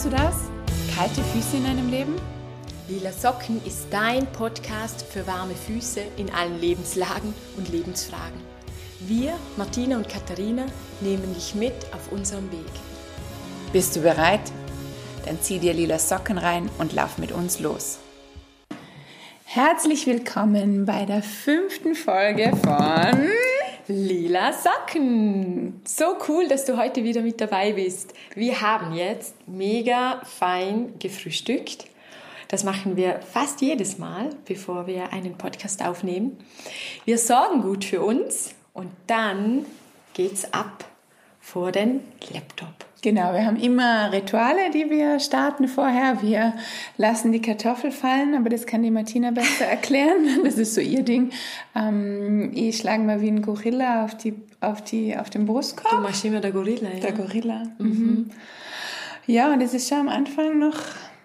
Kennst du das? Kalte Füße in deinem Leben? Lila Socken ist dein Podcast für warme Füße in allen Lebenslagen und Lebensfragen. Wir, Martina und Katharina, nehmen dich mit auf unserem Weg. Bist du bereit? Dann zieh dir lila Socken rein und lauf mit uns los. Herzlich willkommen bei der 5. Folge von Lila Socken. So cool, dass du heute wieder mit dabei bist. Wir haben jetzt mega fein gefrühstückt. Das machen wir fast jedes Mal, bevor wir einen Podcast aufnehmen. Wir sorgen gut für uns und dann geht's ab vor den Laptop. Genau, wir haben immer Rituale, die wir starten vorher. Wir lassen die Kartoffel fallen, aber das kann die Martina besser erklären. Das ist so ihr Ding. Ich schlage mal wie ein Gorilla auf den Brustkorb. Du machst immer der Gorilla, ja? Der Gorilla. Mhm. Ja, und es ist schon am Anfang noch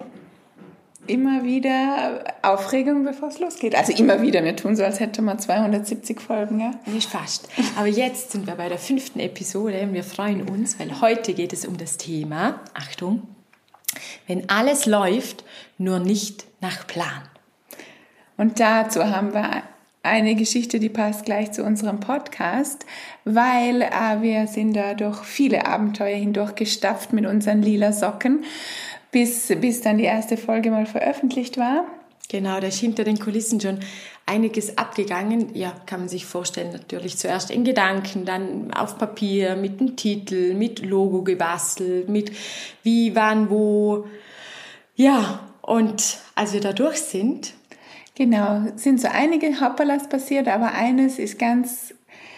immer wieder Aufregung, bevor es losgeht. Also immer wieder, wir tun so, als hätten wir 270 Folgen. Ja? Nicht fast. Aber jetzt sind wir bei der 5. Episode und wir freuen uns, weil heute geht es um das Thema, Achtung, wenn alles läuft, nur nicht nach Plan. Und dazu haben wir eine Geschichte, die passt gleich zu unserem Podcast, weil wir sind da durch viele Abenteuer hindurch gestapft mit unseren lila Socken, bis dann die erste Folge mal veröffentlicht war. Genau, da ist hinter den Kulissen schon einiges abgegangen. Ja, kann man sich vorstellen, natürlich zuerst in Gedanken, dann auf Papier, mit dem Titel, mit Logo gebastelt, mit wie, wann, wo. Ja, und als wir da durch sind... Genau, sind so einige Hopperlas passiert, aber eines ist ganz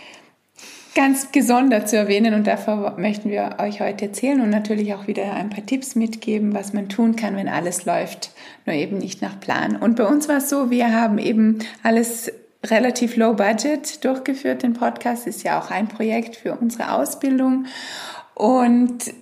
gesondert zu erwähnen und davor möchten wir euch heute erzählen und natürlich auch wieder ein paar Tipps mitgeben, was man tun kann, wenn alles läuft, nur eben nicht nach Plan. Und bei uns war es so, wir haben eben alles relativ low budget durchgeführt. Den Podcast ist ja auch ein Projekt für unsere Ausbildung und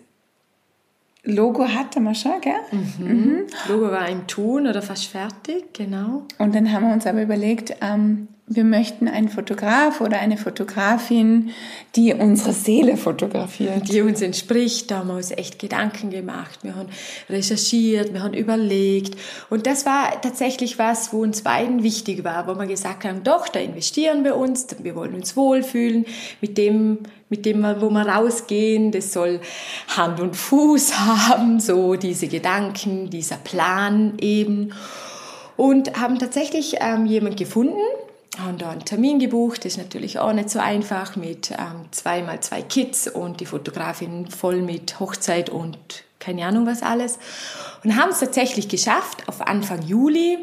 Logo hatte man schon, gell? Mhm. Logo war im Tun oder fast fertig, genau. Und dann haben wir uns aber überlegt, wir möchten einen Fotograf oder eine Fotografin, die unsere Seele fotografiert. Die uns entspricht. Da haben wir uns echt Gedanken gemacht. Wir haben recherchiert, wir haben überlegt. Und das war tatsächlich was, wo uns beiden wichtig war, wo wir gesagt haben, doch, da investieren wir uns, wir wollen uns wohlfühlen mit dem, wo wir rausgehen. Das soll Hand und Fuß haben, so diese Gedanken, dieser Plan eben. Und haben tatsächlich jemanden gefunden, haben da einen Termin gebucht, das ist natürlich auch nicht so einfach, mit 2x2 Kids und die Fotografin voll mit Hochzeit und keine Ahnung was alles. Und haben es tatsächlich geschafft auf Anfang Juli.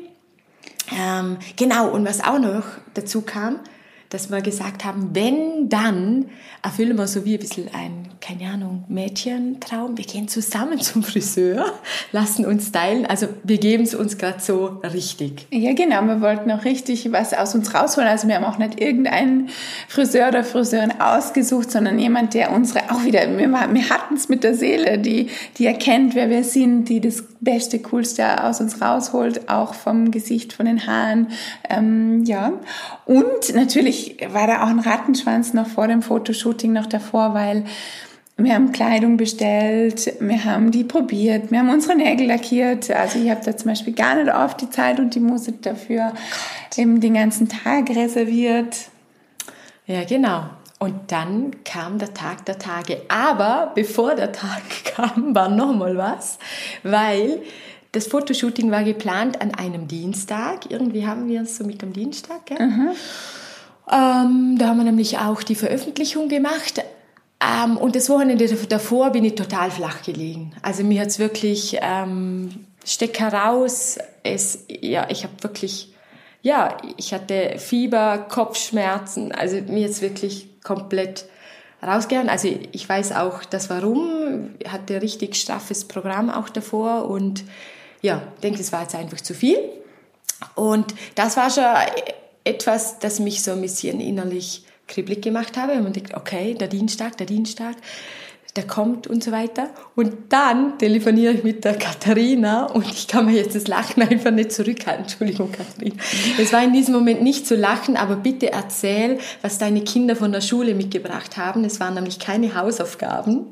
Genau, und was auch noch dazu kam, dass wir gesagt haben, wenn, dann erfüllen wir so wie ein bisschen ein, keine Ahnung, Mädchentraum. Wir gehen zusammen zum Friseur, lassen uns stylen. Also wir geben es uns gerade so richtig. Ja, genau. Wir wollten auch richtig was aus uns rausholen. Also wir haben auch nicht irgendeinen Friseur oder Friseurin ausgesucht, sondern jemand, der auch wieder, wir hatten es mit der Seele, die erkennt, wer wir sind, die das Beste, Coolste aus uns rausholt, auch vom Gesicht, von den Haaren. Ja. Und natürlich war da auch ein Rattenschwanz noch vor dem Fotoshooting, noch davor, weil wir haben Kleidung bestellt, wir haben die probiert, wir haben unsere Nägel lackiert. Also ich habe da zum Beispiel gar nicht oft die Zeit und die Muße dafür, eben den ganzen Tag reserviert. Ja, genau. Und dann kam der Tag der Tage. Aber bevor der Tag kam, war noch mal was, weil das Fotoshooting war geplant an einem Dienstag. Irgendwie haben wir es so mit dem Dienstag, gell? Mhm. Da haben wir nämlich auch die Veröffentlichung gemacht. Und das Wochenende davor bin ich total flach gelegen. Also mir hat's wirklich Stecker raus. Ich habe wirklich, ich hatte Fieber, Kopfschmerzen. Also mir hat's wirklich komplett rausgehauen. Also ich weiß auch das Warum. Ich hatte richtig straffes Programm auch davor und ja, ich denke, das war jetzt einfach zu viel. Und das war schon etwas, das mich so ein bisschen innerlich kribbelig gemacht habe. Und man denkt, okay, der Dienstag, der kommt und so weiter. Und dann telefoniere ich mit der Katharina und ich kann mir jetzt das Lachen einfach nicht zurückhalten. Entschuldigung, Katharina. Es war in diesem Moment nicht zu lachen, aber bitte erzähl, was deine Kinder von der Schule mitgebracht haben. Es waren nämlich keine Hausaufgaben.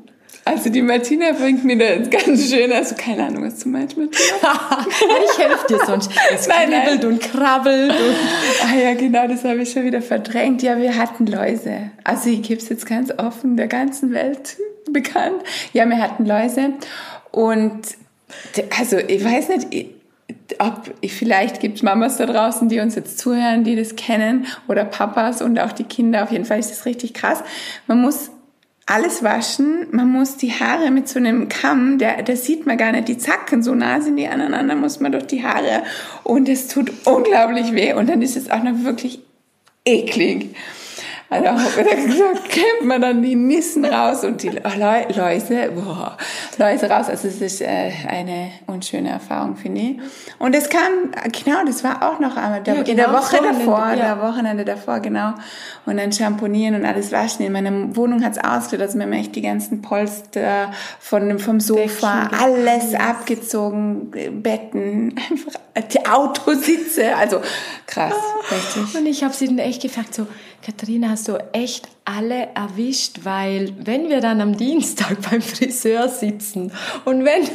Also die Martina bringt mir da ganz schön, also keine Ahnung, was du meinst, Martina. Ich helfe dir sonst. Es kribbelt und krabbelt. Ja, genau, das habe ich schon wieder verdrängt. Ja, wir hatten Läuse. Also ich gebe es jetzt ganz offen der ganzen Welt bekannt. Ja, wir hatten Läuse und also ich weiß nicht, vielleicht gibt es Mamas da draußen, die uns jetzt zuhören, die das kennen oder Papas und auch die Kinder. Auf jeden Fall ist das richtig krass. Man muss alles waschen, man muss die Haare mit so einem Kamm, der sieht man gar nicht, die Zacken, so nah sind die aneinander, muss man durch die Haare und es tut unglaublich weh und dann ist es auch noch wirklich eklig. Also da kämmt man dann die Nissen raus und die Läuse raus. Also es ist eine unschöne Erfahrung, finde ich. Und es kam, genau, das war auch noch einmal in der Woche davor, der Wochenende davor, genau. Und dann Shampoonieren und alles waschen. In meiner Wohnung hat's ausgeschaut, also wir haben echt die ganzen Polster vom Sofa, alles abgezogen, Betten, einfach die Autositze, also krass, richtig. Und ich habe sie dann echt gefragt, so, Katharina, hast du echt alle erwischt, weil wenn wir dann am Dienstag beim Friseur sitzen und wenn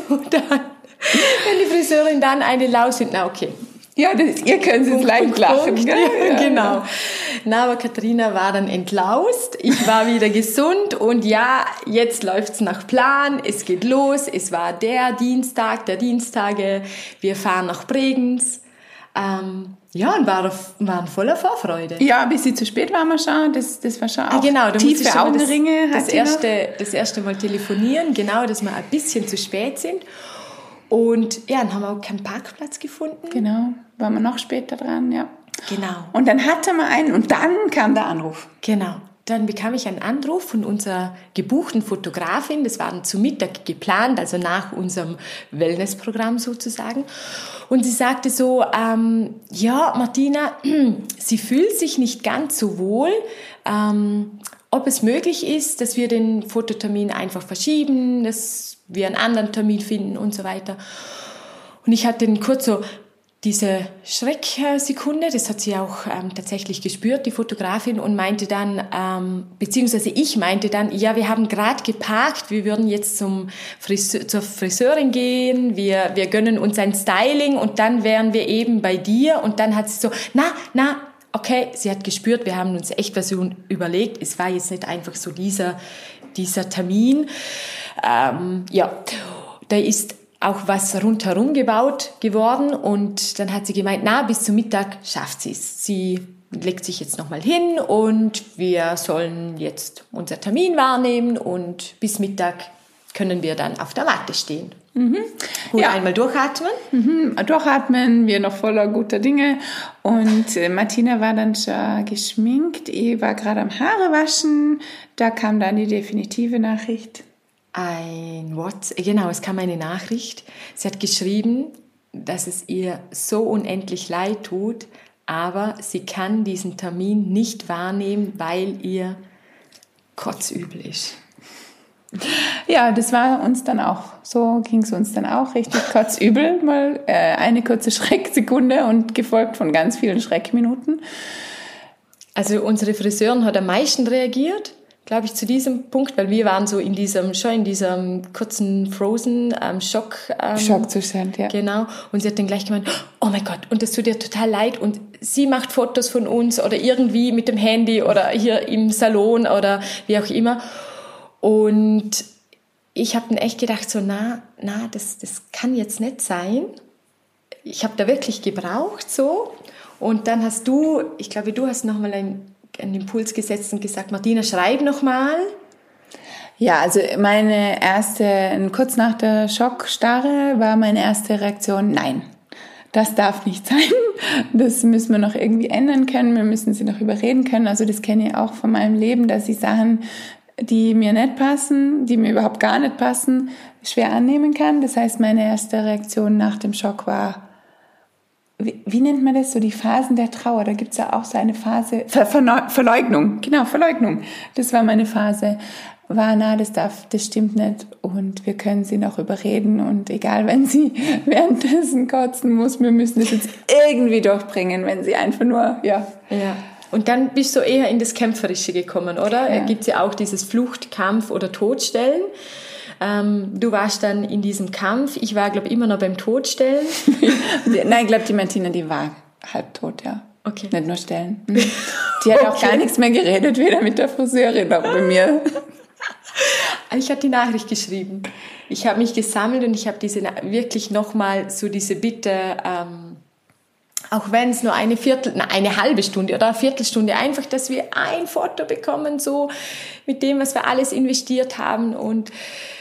die Friseurin dann eine Laus sind, na okay. Ja, ihr könnt es leicht lachen. Ja, genau. Na, aber Katharina war dann entlaust, ich war wieder gesund und ja, jetzt läuft's nach Plan, es geht los, es war der Dienstage, wir fahren nach Bregenz. Ja, und waren voller Vorfreude. Ja, ein bisschen zu spät waren wir schon, das war schon auch genau, tiefe Augenringe. Das erste Mal telefonieren, genau, dass wir ein bisschen zu spät sind. Und ja, dann haben wir auch keinen Parkplatz gefunden. Genau, waren wir noch später dran, ja. Genau. Und dann hatte man einen und dann kam der Anruf. Genau. Dann bekam ich einen Anruf von unserer gebuchten Fotografin, das war dann zu Mittag geplant, also nach unserem Wellnessprogramm sozusagen. Und sie sagte so, ja, Martina, sie fühlt sich nicht ganz so wohl, ob es möglich ist, dass wir den Fototermin einfach verschieben, dass wir einen anderen Termin finden und so weiter. Und ich hatte dann kurz so diese Schrecksekunde, das hat sie auch tatsächlich gespürt, die Fotografin, und meinte dann, beziehungsweise ich meinte dann, ja, wir haben gerade geparkt, wir würden jetzt zur Friseurin gehen, wir gönnen uns ein Styling und dann wären wir eben bei dir. Und dann hat sie so, okay, sie hat gespürt, wir haben uns echt was überlegt, es war jetzt nicht einfach so dieser Termin. Ja, da ist auch was rundherum gebaut geworden und dann hat sie gemeint, bis zum Mittag schafft sie es. Sie legt sich jetzt nochmal hin und wir sollen jetzt unser Termin wahrnehmen und bis Mittag können wir dann auf der Matte stehen. Mhm. Gut, ja. Einmal durchatmen. Durchatmen, wir noch voller guter Dinge. Und Martina war dann schon geschminkt, ich war gerade am Haare waschen, da kam dann die definitive Nachricht. Genau, es kam eine Nachricht. Sie hat geschrieben, dass es ihr so unendlich leid tut, aber sie kann diesen Termin nicht wahrnehmen, weil ihr kotzübel ist. Ja, das war uns dann auch, so ging es uns dann auch richtig kotzübel, mal eine kurze Schrecksekunde und gefolgt von ganz vielen Schreckminuten. Also unsere Friseurin hat am meisten reagiert, glaube ich, zu diesem Punkt, weil wir waren so in diesem kurzen Schockzustand, ja. Genau. Und sie hat dann gleich gemeint, oh mein Gott, und das tut ihr total leid. Und sie macht Fotos von uns oder irgendwie mit dem Handy oder hier im Salon oder wie auch immer. Und ich habe dann echt gedacht, so, das kann jetzt nicht sein. Ich habe da wirklich gebraucht, so. Und dann hast du, ich glaube, du hast nochmal einen Impuls gesetzt und gesagt, Martina, schreib nochmal. Ja, also kurz nach der Schockstarre war meine erste Reaktion, nein, das darf nicht sein. Das müssen wir noch irgendwie ändern können, wir müssen sie noch überreden können. Also das kenne ich auch von meinem Leben, dass ich Sachen, die mir nicht passen, die mir überhaupt gar nicht passen, schwer annehmen kann. Das heißt, meine erste Reaktion nach dem Schock war, wie nennt man das, so die Phasen der Trauer, da gibt's ja auch so eine Phase, Verleugnung, genau, Verleugnung, das war meine Phase, das stimmt nicht und wir können sie noch überreden und egal, wenn sie währenddessen kotzen muss, wir müssen es jetzt irgendwie durchbringen, wenn sie einfach nur, ja. Und dann bist du eher in das Kämpferische gekommen, oder? Ja. Gibt's ja auch dieses Flucht, Kampf oder Todstellen. Du warst dann in diesem Kampf. Ich war, glaube ich, immer noch beim Totstellen. Nein, ich glaube, die Martina, die war halb tot, ja. Okay. Nicht nur stellen. Die hat auch gar nichts mehr geredet, weder mit der Friseurin noch bei mir. Ich habe die Nachricht geschrieben. Ich habe mich gesammelt und ich habe wirklich nochmal so diese Bitte, auch wenn es nur eine halbe Stunde oder eine Viertelstunde, einfach, dass wir ein Foto bekommen, so mit dem, was wir alles investiert haben. Und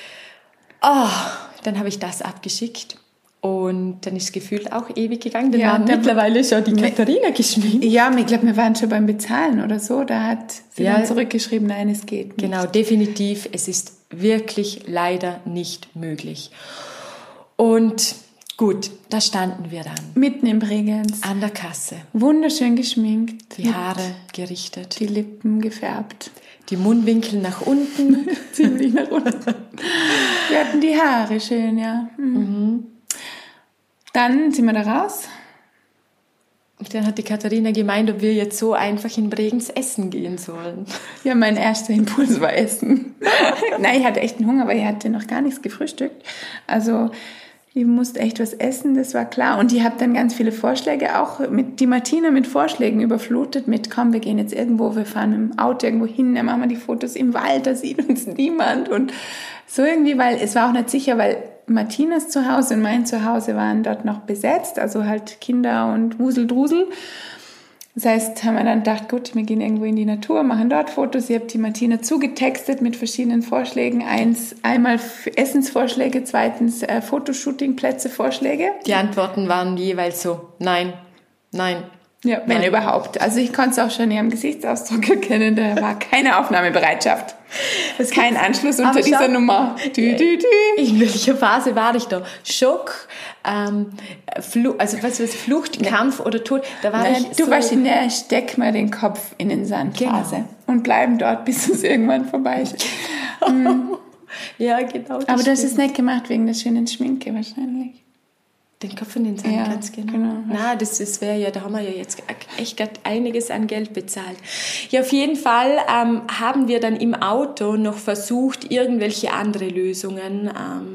dann habe ich das abgeschickt. Und dann ist es gefühlt auch ewig gegangen. Dann war mittlerweile schon die Katharina geschminkt. Ja, ich glaube, wir waren schon beim Bezahlen oder so. Da hat sie dann zurückgeschrieben, nein, es geht nicht. Genau, definitiv. Es ist wirklich leider nicht möglich. Und gut, da standen wir dann. Mitten im Bregenz. An der Kasse. Wunderschön geschminkt. Die Haare gerichtet. Die Lippen gefärbt. Die Mundwinkel nach unten. Ziemlich nach unten. Wir hatten die Haare schön, ja. Mhm. Dann sind wir da raus. Und dann hat die Katharina gemeint, ob wir jetzt so einfach in Bregenz essen gehen sollen. Ja, mein erster Impuls war Essen. Nein, ich hatte echt einen Hunger, aber ich hatte noch gar nichts gefrühstückt. Also ich musste echt was essen, das war klar. Und ich habe dann ganz viele Vorschläge, auch die Martina mit Vorschlägen überflutet, mit komm, wir gehen jetzt irgendwo, wir fahren mit dem Auto irgendwo hin, dann machen wir die Fotos im Wald, da sieht uns niemand. Und so irgendwie, weil es war auch nicht sicher, weil Martinas Zuhause und mein Zuhause waren dort noch besetzt, also halt Kinder und Wuseldrusel. Das heißt, haben wir dann gedacht, gut, wir gehen irgendwo in die Natur, machen dort Fotos. Ich habe die Martina zugetextet mit verschiedenen Vorschlägen. Einmal Essensvorschläge, zweitens Fotoshooting-Plätze-Vorschläge. Die Antworten waren jeweils so, nein. Ja, wenn überhaupt. Also ich konnte es auch schon in ihrem Gesichtsausdruck erkennen, da war keine Aufnahmebereitschaft. Das ist kein Anschluss unter dieser Nummer. In welcher Phase war ich da? Schock, Flucht, Kampf oder Tod? Da war du warst in der Steck mal den Kopf in den Sand Phase und bleiben dort, bis es irgendwann vorbei ist. Ja, genau. Aber du hast es nicht gemacht wegen der schönen Schminke wahrscheinlich. Den Kopf in den Sand, ja, ganz genau. Na, das wäre ja, da haben wir ja jetzt echt einiges an Geld bezahlt. Ja, auf jeden Fall haben wir dann im Auto noch versucht, irgendwelche andere Lösungen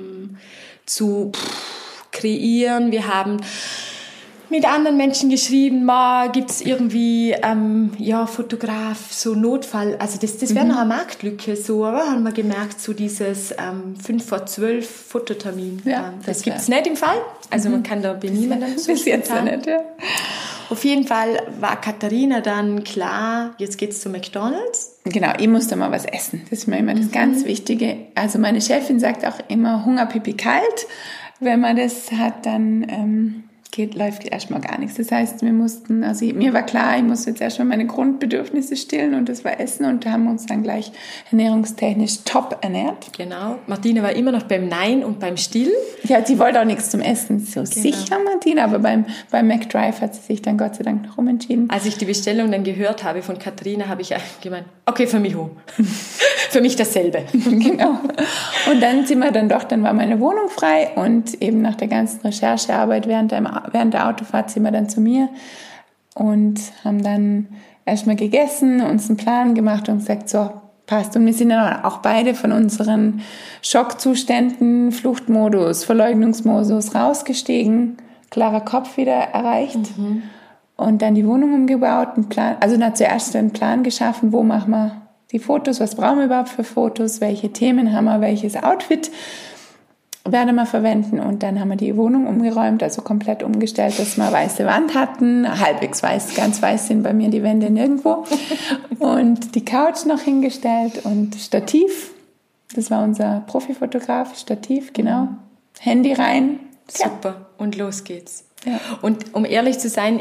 zu kreieren. Wir haben mit anderen Menschen geschrieben, gibt es irgendwie Fotograf, so Notfall, also das wäre noch eine Marktlücke, so, aber haben wir gemerkt, so dieses 5 vor 12 Fototermin, das gibt es nicht im Fall, also man kann da bei niemandem so bis jetzt nicht, ja. Auf jeden Fall war Katharina dann klar, jetzt geht's zu McDonald's. Genau, ich musste mal was essen, das ist mir immer das ganz Wichtige. Also meine Chefin sagt auch immer, Hunger, Pipi, kalt, wenn man das hat, dann läuft erstmal gar nichts. Das heißt, mir war klar, ich muss jetzt erstmal meine Grundbedürfnisse stillen und das war Essen und da haben wir uns dann gleich ernährungstechnisch top ernährt. Genau. Martina war immer noch beim Nein und beim Still. Ja, sie wollte auch nichts zum Essen. So sicher, Martina, aber beim McDrive hat sie sich dann Gott sei Dank noch umentschieden. Als ich die Bestellung dann gehört habe von Katharina, habe ich gemeint, okay, für mich für mich dasselbe. Genau. Und dann war meine Wohnung frei und eben nach der ganzen Recherchearbeit während der Autofahrt sind wir dann zu mir und haben dann erstmal gegessen, uns einen Plan gemacht und gesagt, so, passt. Und wir sind dann auch beide von unseren Schockzuständen, Fluchtmodus, Verleugnungsmodus rausgestiegen, klarer Kopf wieder erreicht und dann die Wohnung umgebaut, zuerst einen Plan geschaffen, wo machen wir die Fotos, was brauchen wir überhaupt für Fotos, welche Themen haben wir, welches Outfit werden wir verwenden und dann haben wir die Wohnung umgeräumt, also komplett umgestellt, dass wir weiße Wand hatten, halbwegs weiß, ganz weiß sind bei mir die Wände nirgendwo und die Couch noch hingestellt und Stativ, das war unser Profifotograf, Stativ, genau, Handy rein. Super, und los geht's. Ja. Und um ehrlich zu sein,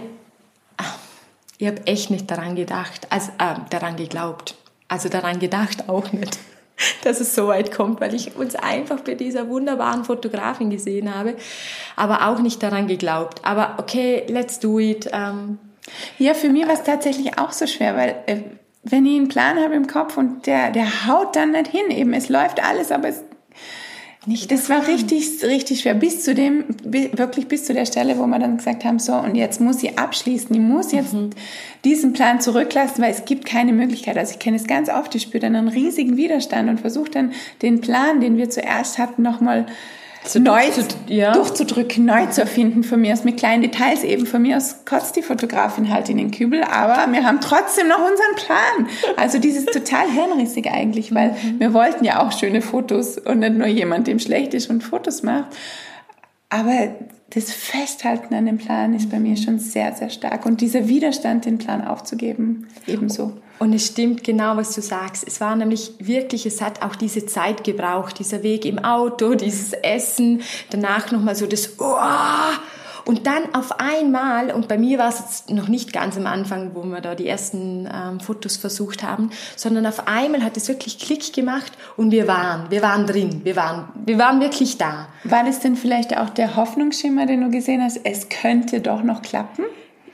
ich habe echt nicht daran gedacht, daran geglaubt. Also daran gedacht auch nicht, dass es so weit kommt, weil ich uns einfach bei dieser wunderbaren Fotografin gesehen habe, aber auch nicht daran geglaubt. Aber okay, let's do it. Ja, für mich war es tatsächlich auch so schwer, weil wenn ich einen Plan habe im Kopf und der haut dann nicht hin, eben es läuft alles, aber Das war richtig, richtig schwer. Wirklich bis zu der Stelle, wo wir dann gesagt haben, so, und jetzt muss ich abschließen. Ich muss jetzt diesen Plan zurücklassen, weil es gibt keine Möglichkeit. Also ich kenne es ganz oft, ich spüre dann einen riesigen Widerstand und versuche dann den Plan, den wir zuerst hatten, nochmal neu durchzudrücken, neu zu erfinden, von mir aus mit kleinen Details eben. Von mir aus kotzt die Fotografin halt in den Kübel, aber wir haben trotzdem noch unseren Plan. Also dieses total hirnrissig eigentlich, weil wir wollten ja auch schöne Fotos und nicht nur jemand, dem schlecht ist und Fotos macht. Aber das Festhalten an dem Plan ist bei mir schon sehr, sehr stark. Und dieser Widerstand, den Plan aufzugeben, ebenso. Und es stimmt genau, was du sagst. Es war nämlich wirklich, es hat auch diese Zeit gebraucht, dieser Weg im Auto, dieses Essen, danach nochmal so das und dann auf einmal, und bei mir war es jetzt noch nicht ganz am Anfang, wo wir da die ersten Fotos versucht haben, sondern auf einmal hat es wirklich Klick gemacht und wir waren drin, wir waren wirklich da. War das denn vielleicht auch der Hoffnungsschimmer, den du gesehen hast, es könnte doch noch klappen?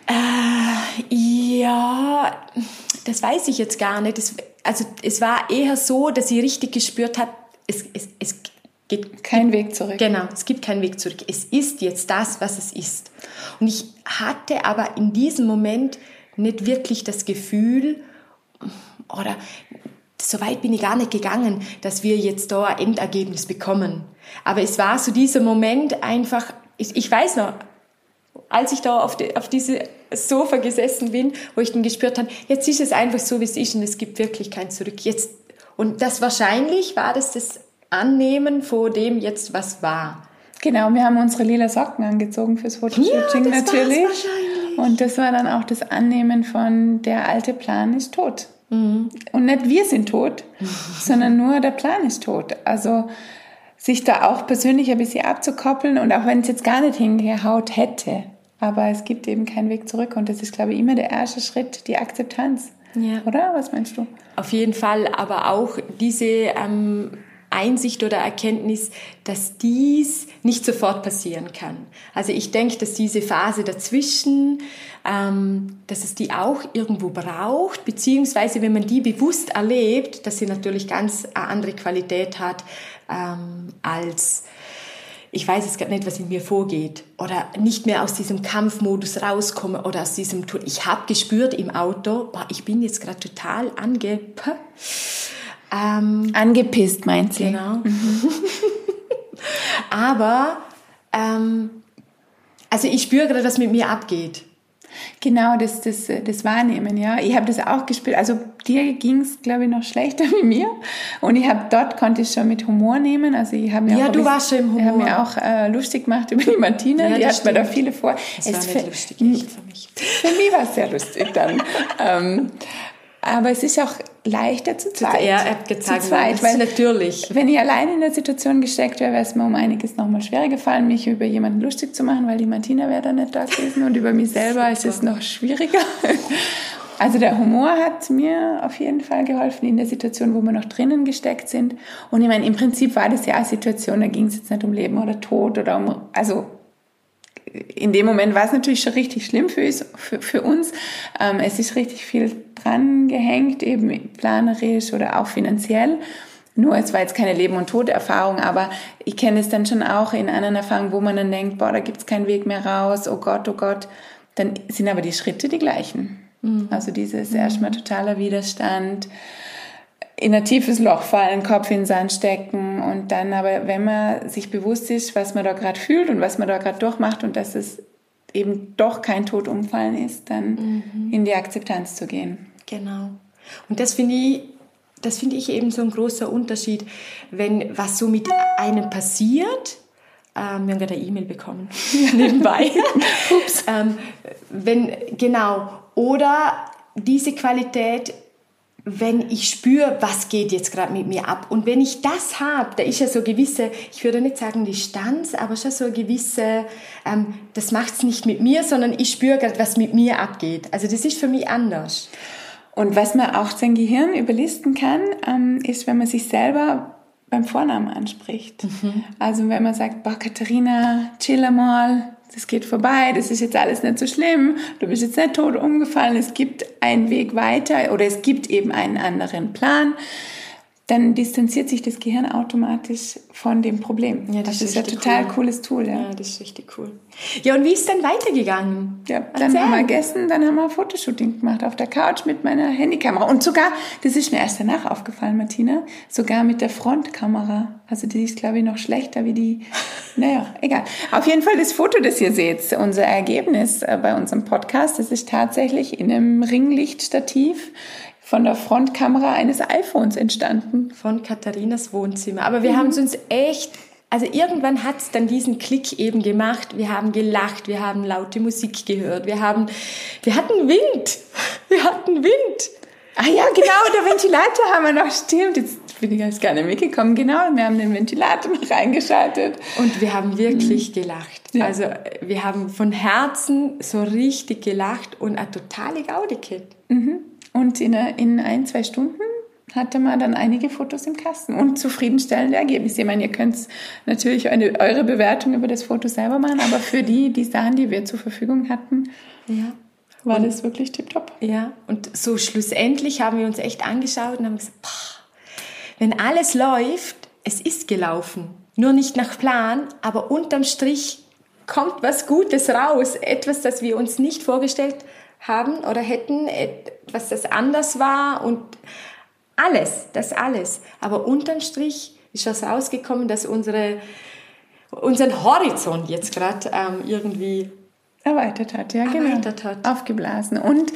Ja, das weiß ich jetzt gar nicht. Es war eher so, dass ich richtig gespürt habe, es geht kein Weg zurück. Genau, es gibt keinen Weg zurück. Es ist jetzt das, was es ist. Und ich hatte aber in diesem Moment nicht wirklich das Gefühl, oder so weit bin ich gar nicht gegangen, dass wir jetzt da ein Endergebnis bekommen. Aber es war so dieser Moment einfach, ich weiß noch, als ich da auf diese Sofa gesessen bin, wo ich dann gespürt habe, jetzt ist es einfach so, wie es ist und es gibt wirklich kein Zurück. Jetzt, und das wahrscheinlich war das Annehmen vor dem jetzt, was war. Genau, wir haben unsere lila Socken angezogen fürs Fotoshooting natürlich. Und das war dann auch das Annehmen von der alte Plan ist tot. Mhm. Und nicht wir sind tot, sondern nur der Plan ist tot. Also sich da auch persönlich ein bisschen abzukoppeln und auch wenn es jetzt gar nicht hingehaut hätte, aber es gibt eben keinen Weg zurück und das ist, glaube ich, immer der erste Schritt, die Akzeptanz. Ja. Oder? Was meinst du? Auf jeden Fall, aber auch diese Einsicht oder Erkenntnis, dass dies nicht sofort passieren kann. Also ich denke, dass diese Phase dazwischen, dass es die auch irgendwo braucht, beziehungsweise wenn man die bewusst erlebt, dass sie natürlich ganz eine andere Qualität hat, als ich weiß jetzt gerade nicht, was in mir vorgeht oder nicht mehr aus diesem Kampfmodus rauskomme oder aus diesem Tod. Ich habe gespürt im Auto, ich bin jetzt gerade total angepisst, meint sie. Genau. Aber also ich spüre gerade, was mit mir abgeht. Genau, das Wahrnehmen, ja. Ich habe das auch gespürt. Also dir ging es, glaube ich, noch schlechter wie mir. Und konnte ich schon mit Humor nehmen. Also ich habe mir du warst schon im Humor. Ich habe mir auch lustig gemacht über die Martina. Ja, die hat mir da viele vor. Das war nicht lustig, echt für mich. Für mich war es sehr lustig dann. Aber es ist auch leichter zu zweit. Ja, er hat gezeigt, weil natürlich. Wenn ich alleine in der Situation gesteckt wäre, wäre es mir um einiges nochmal schwerer gefallen, mich über jemanden lustig zu machen, weil die Martina wäre dann nicht da gewesen und über mich selber ist es noch schwieriger. Also der Humor hat mir auf jeden Fall geholfen in der Situation, wo wir noch drinnen gesteckt sind. Und ich meine, im Prinzip war das ja eine Situation, da ging es jetzt nicht um Leben oder Tod oder in dem Moment war es natürlich schon richtig schlimm für uns. Es ist richtig viel dran gehängt, eben planerisch oder auch finanziell. Nur es war jetzt keine Leben- und Toderfahrung, aber ich kenne es dann schon auch in anderen Erfahrungen, wo man dann denkt, da gibt es keinen Weg mehr raus, oh Gott. Dann sind aber die Schritte die gleichen. Mhm. Also dieses erstmal totaler Widerstand, in ein tiefes Loch fallen, Kopf in den Sand stecken und dann aber, wenn man sich bewusst ist, was man da gerade fühlt und was man da gerade durchmacht und dass es eben doch kein Tod umfallen ist, dann in die Akzeptanz zu gehen. Genau. Und das finde ich eben so ein großer Unterschied, wenn was so mit einem passiert. Wir haben gerade eine E-Mail bekommen, nebenbei. Ups. Oder diese Qualität, wenn ich spüre, was geht jetzt gerade mit mir ab. Und wenn ich das habe, da ist ja so gewisse, ich würde nicht sagen Distanz, aber schon so eine gewisse, das macht es nicht mit mir, sondern ich spüre gerade, was mit mir abgeht. Also das ist für mich anders. Und was man auch sein Gehirn überlisten kann, ist, wenn man sich selber beim Vornamen anspricht. Mhm. Also wenn man sagt, Katharina, chill mal, das geht vorbei, das ist jetzt alles nicht so schlimm, du bist jetzt nicht tot umgefallen, es gibt einen Weg weiter oder es gibt eben einen anderen Plan, dann distanziert sich das Gehirn automatisch von dem Problem. Ja, das ist ja total cooles Tool. Ja, das ist richtig cool. Ja, und wie ist dann weitergegangen? Ja, dann haben wir gegessen, dann haben wir ein Fotoshooting gemacht auf der Couch mit meiner Handykamera. Und sogar, das ist mir erst danach aufgefallen, Martina, sogar mit der Frontkamera. Also die ist, glaube ich, noch schlechter wie die, naja, egal. Auf jeden Fall das Foto, das ihr seht, unser Ergebnis bei unserem Podcast, das ist tatsächlich in einem Ringlichtstativ von der Frontkamera eines iPhones entstanden. Von Katharinas Wohnzimmer. Aber wir haben es uns echt, also irgendwann hat es dann diesen Klick eben gemacht. Wir haben gelacht, wir haben laute Musik gehört, wir hatten Wind. Wir hatten Wind. Ah ja, genau, der Ventilator haben wir noch, stimmt. Jetzt bin ich ganz gar nicht mitgekommen. Genau, wir haben den Ventilator noch reingeschaltet. Und wir haben wirklich gelacht. Ja. Also wir haben von Herzen so richtig gelacht und eine totale Gaudi gehabt. Und in 1-2 Stunden hatte man dann einige Fotos im Kasten und zufriedenstellende Ergebnisse. Ich meine, ihr könnt natürlich eure Bewertung über das Foto selber machen, aber für die Sachen, die wir zur Verfügung hatten, war das wirklich tipptopp. Ja, und so schlussendlich haben wir uns echt angeschaut und haben gesagt, wenn alles läuft, es ist gelaufen. Nur nicht nach Plan, aber unterm Strich kommt was Gutes raus. Etwas, das wir uns nicht vorgestellt haben oder hätten, was das anders war und das alles. Aber unterm Strich ist was rausgekommen, dass unseren Horizont jetzt gerade irgendwie erweitert hat. Aufgeblasen. Und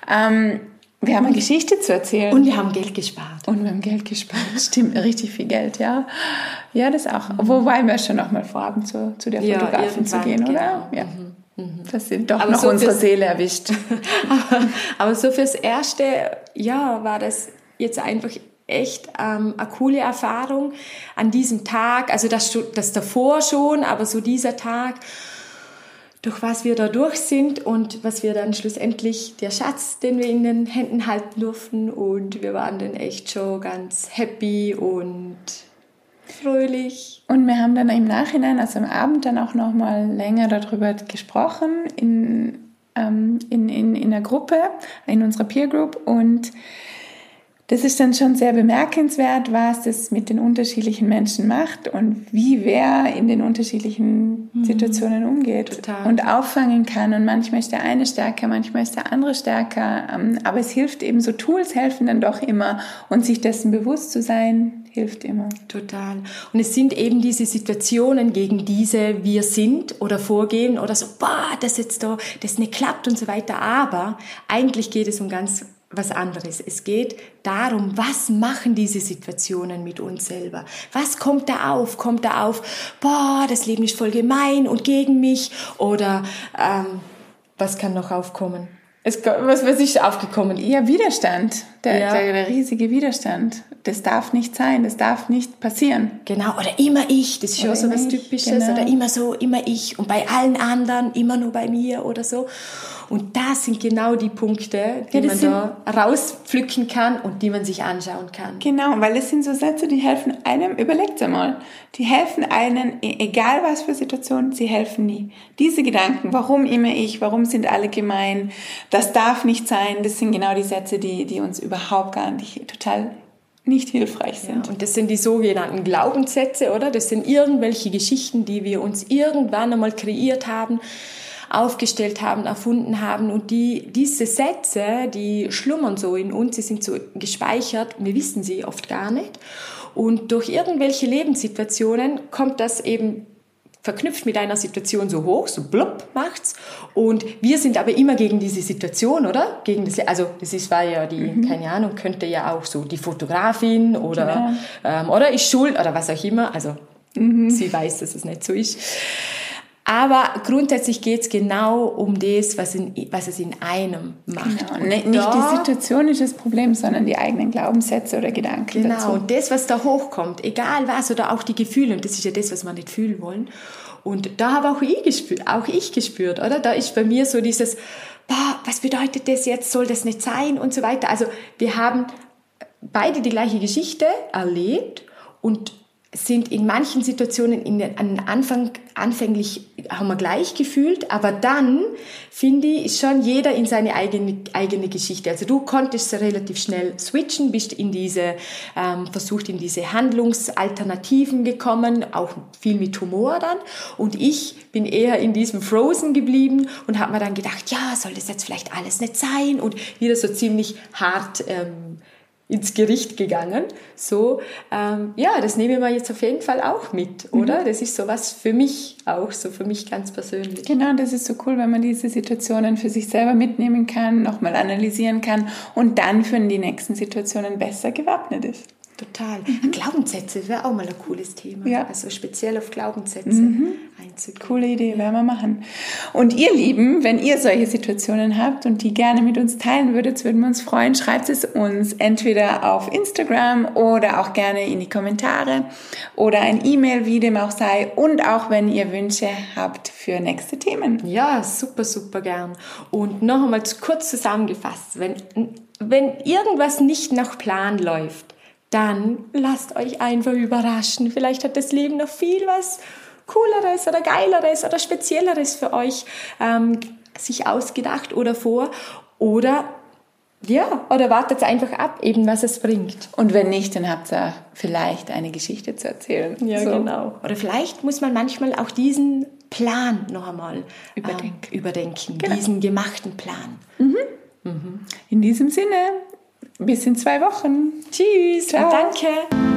wir haben eine Geschichte zu erzählen. Und wir haben Geld gespart. Stimmt, richtig viel Geld, ja. Ja, das auch. Wobei wir schon noch mal vorhaben, zu der Fotografin zu gehen, oder? Genau. Ja. Dass sie doch aber noch so unsere Seele erwischt. aber so fürs Erste, war das jetzt einfach echt eine coole Erfahrung an diesem Tag. Also das davor schon, aber so dieser Tag, durch was wir da durch sind und was wir dann schlussendlich, der Schatz, den wir in den Händen halten durften. Und wir waren dann echt schon ganz happy und fröhlich. Und wir haben dann im Nachhinein, also am Abend, dann auch noch mal länger darüber gesprochen in einer Gruppe, in unserer Peer Group. Und das ist dann schon sehr bemerkenswert, was das mit den unterschiedlichen Menschen macht und wie wer in den unterschiedlichen Situationen umgeht. Total. Und auffangen kann. Und manchmal ist der eine stärker, manchmal ist der andere stärker. Aber es hilft eben, so Tools helfen dann doch immer. Und sich dessen bewusst zu sein, hilft immer. Total. Und es sind eben diese Situationen, gegen diese wir sind oder vorgehen oder so, das jetzt da, das nicht klappt und so weiter. Aber eigentlich geht es um ganz was anderes. Es geht darum, was machen diese Situationen mit uns selber? Was kommt da auf? Kommt da auf, das Leben ist voll gemein und gegen mich? Oder was kann noch aufkommen? Was ist aufgekommen? Ja, Widerstand. Der riesige Widerstand. Das darf nicht sein, das darf nicht passieren. Genau, oder immer ich, das ist schon so was Typisches. Genau. Oder immer so, immer ich. Und bei allen anderen immer nur bei mir oder so. Und das sind genau die Punkte, die man da rauspflücken kann und die man sich anschauen kann. Genau, weil das sind so Sätze, die helfen einem, überlegt einmal, die helfen einem, egal was für Situationen, sie helfen nie. Diese Gedanken, warum immer ich, warum sind alle gemein, das darf nicht sein, das sind genau die Sätze, die uns überhaupt gar nicht, total nicht hilfreich sind. Ja, und das sind die sogenannten Glaubenssätze, oder? Das sind irgendwelche Geschichten, die wir uns irgendwann einmal kreiert haben, aufgestellt haben, erfunden haben und diese Sätze, die schlummern so in uns, sie sind so gespeichert, wir wissen sie oft gar nicht und durch irgendwelche Lebenssituationen kommt das eben verknüpft mit einer Situation so hoch, so blub macht's und wir sind aber immer gegen diese Situation, oder? War ja die, keine Ahnung, könnte ja auch so die Fotografin oder oder ist schuld oder was auch immer, also sie weiß, dass es nicht so ist. Aber grundsätzlich geht es genau um das, was es in einem macht. Genau. Nicht die Situation ist das Problem, sondern die eigenen Glaubenssätze oder Gedanken dazu. Genau, und das, was da hochkommt, egal was, oder auch die Gefühle, und das ist ja das, was wir nicht fühlen wollen. Und da habe auch ich gespürt, oder? Da ist bei mir so dieses, was bedeutet das jetzt, soll das nicht sein und so weiter. Also wir haben beide die gleiche Geschichte erlebt und sind in manchen Situationen anfänglich haben wir gleich gefühlt, aber dann, finde ich, ist schon jeder in seine eigene Geschichte. Also du konntest relativ schnell switchen, bist versucht in diese Handlungsalternativen gekommen, auch viel mit Humor dann. Und ich bin eher in diesem Frozen geblieben und habe mir dann gedacht, ja, soll das jetzt vielleicht alles nicht sein? Und wieder so ziemlich hart ins Gericht gegangen. So, das nehmen wir jetzt auf jeden Fall auch mit, oder? Das ist sowas für mich auch, so für mich ganz persönlich. Genau, das ist so cool, wenn man diese Situationen für sich selber mitnehmen kann, nochmal analysieren kann und dann für die nächsten Situationen besser gewappnet ist. Total. Glaubenssätze wäre auch mal ein cooles Thema. Ja. Also speziell auf Glaubenssätze einzugehen. Coole Idee, werden wir machen. Und ihr Lieben, wenn ihr solche Situationen habt und die gerne mit uns teilen würdet, würden wir uns freuen. Schreibt es uns entweder auf Instagram oder auch gerne in die Kommentare oder ein E-Mail, wie dem auch sei. Und auch wenn ihr Wünsche habt für nächste Themen. Ja, super, super gern. Und noch einmal kurz zusammengefasst, wenn irgendwas nicht nach Plan läuft, dann lasst euch einfach überraschen. Vielleicht hat das Leben noch viel was Cooleres oder Geileres oder Spezielleres für euch sich ausgedacht oder vor. Oder wartet einfach ab, eben was es bringt. Und wenn nicht, dann habt ihr vielleicht eine Geschichte zu erzählen. Ja, so. Genau. Oder vielleicht muss man manchmal auch diesen Plan noch einmal überdenken. Genau. Diesen gemachten Plan. In diesem Sinne, bis in 2 Wochen. Tschüss. Ciao. Und danke.